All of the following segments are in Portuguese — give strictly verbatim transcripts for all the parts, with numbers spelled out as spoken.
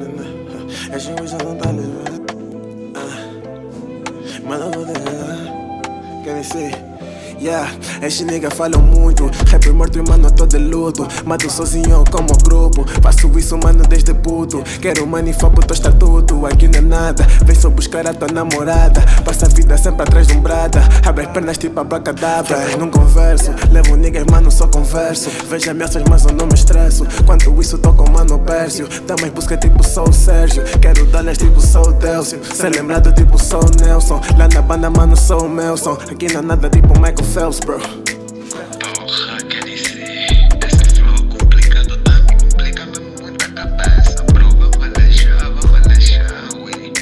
É chego já não tá livre. Mas não vou deixar. Quer dizer, yeah, estes niggas falam muito. Rap morto e mano, tô de luto. Mato sozinho como grupo. Faço isso, mano, desde puto. Quero money, for pro teu estatuto. Aqui não é nada, vem só buscar a tua namorada. Passa a vida sempre atrás de um brada. Abre as pernas tipo abracadabra. Não converso, levo niggas, mano, só converso. Vejo ameaças, mas eu não me estresso. Quanto isso, tô com mano Pércio. Dá mais busca tipo sou o Sérgio. Quero dólares tipo sou o Delcio. Ser lembrado tipo sou o Nelson. Lá na banda, mano, sou o Melson. Aqui não é nada tipo Michael Phelps, bro. Porra, quer dizer, esse flow complicado tá me complica mesmo muita cabeça, bro. Vamos alejar, vamos alejar, ui.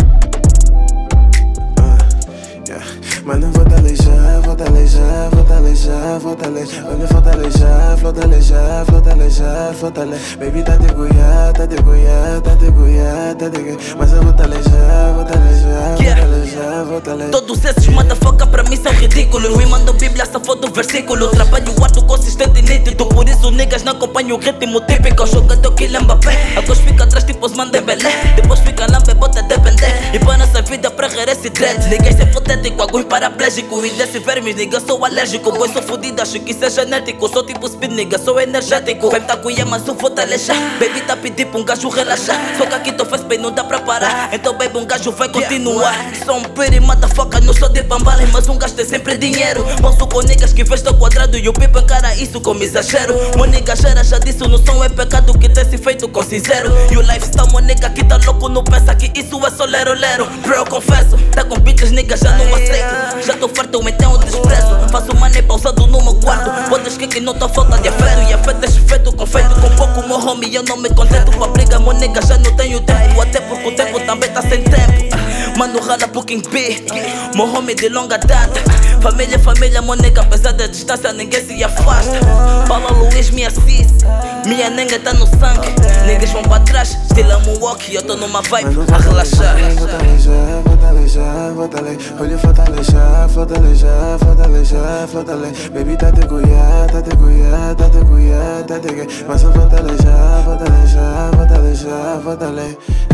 Uh, yeah. Mano, vou te alejar, vou te alejar, vou te alejar, vou te alejar. Olha, vou te alejar, vou te alejar, vou te alejar, vou te alejar. Baby, tá de goiá, tá de goiá, tá de goiá, tá de goiá. Mas eu vou te alejar, vou te alejar, vou te alejar, vou te alejar. Todos esses motherfucker pra mim são ridículos. Me mandam bíblia, essa foto versículo. Trabalho alto, consistente e nítido. Por isso niggas não acompanham o ritmo típico. Jogador que lembra bem. Agora fica atrás tipo os Mandembele. Depois fica lambe, bota depender. E para nossa vida pra esse dread. Niggas é hipotético, alguns paraplégicos. E desse vermes, nigga, sou alérgico. Pois sou fudido, acho que isso é genético. Sou tipo speed, nigga, sou energético. Vem tá cuia, mas eu vou te alejar. Baby tá pedindo pra um gajo relaxar. Só que aqui tô faz bem, não dá pra parar. Então baby, um gajo vai continuar. Sou um pretty motherfucker, não sou de pambales, mas um gajo tem sempre dinheiro. Posso com niggas que vestem quadrado e o pipa encara isso como exagero. Mo nigga gera já disse, não som é pecado que tem se feito com sincero. E o lifestyle, mo nigga que tá louco, não pensa que isso é só lero lero. Bro, eu confesso, tá com bitches, nigga, já não aceito. Já tô farto, então eu desprezo. Faço money pausado no meu quarto. Podes que que não tô falta de afeto. E afeto é feito com feito, com pouco meu homie, eu não me contento. Pra briga, mo nigga, já não tenho tempo. Até porque o tempo também tá sem tempo. Mano, rala pro King B, meu homie de longa data. Família, família, mo nigga, apesar da distância, ninguém se afasta. Paula Luiz me assiste, minha nega tá no sangue. Niggas vão pra trás, estilo moonwalk, eu tô numa vibe a relaxar. Vou te alejar, vou te alejar, vou te alejar. Olha, vou te alejar, vou te alejar, vou te alejar, vou te alejar. Baby, tá de goiá, tá de goiá, tá de goiá, tá de goiá. Mas eu vou te alejar, vou te alejar, vou te alejar, vou te alejar.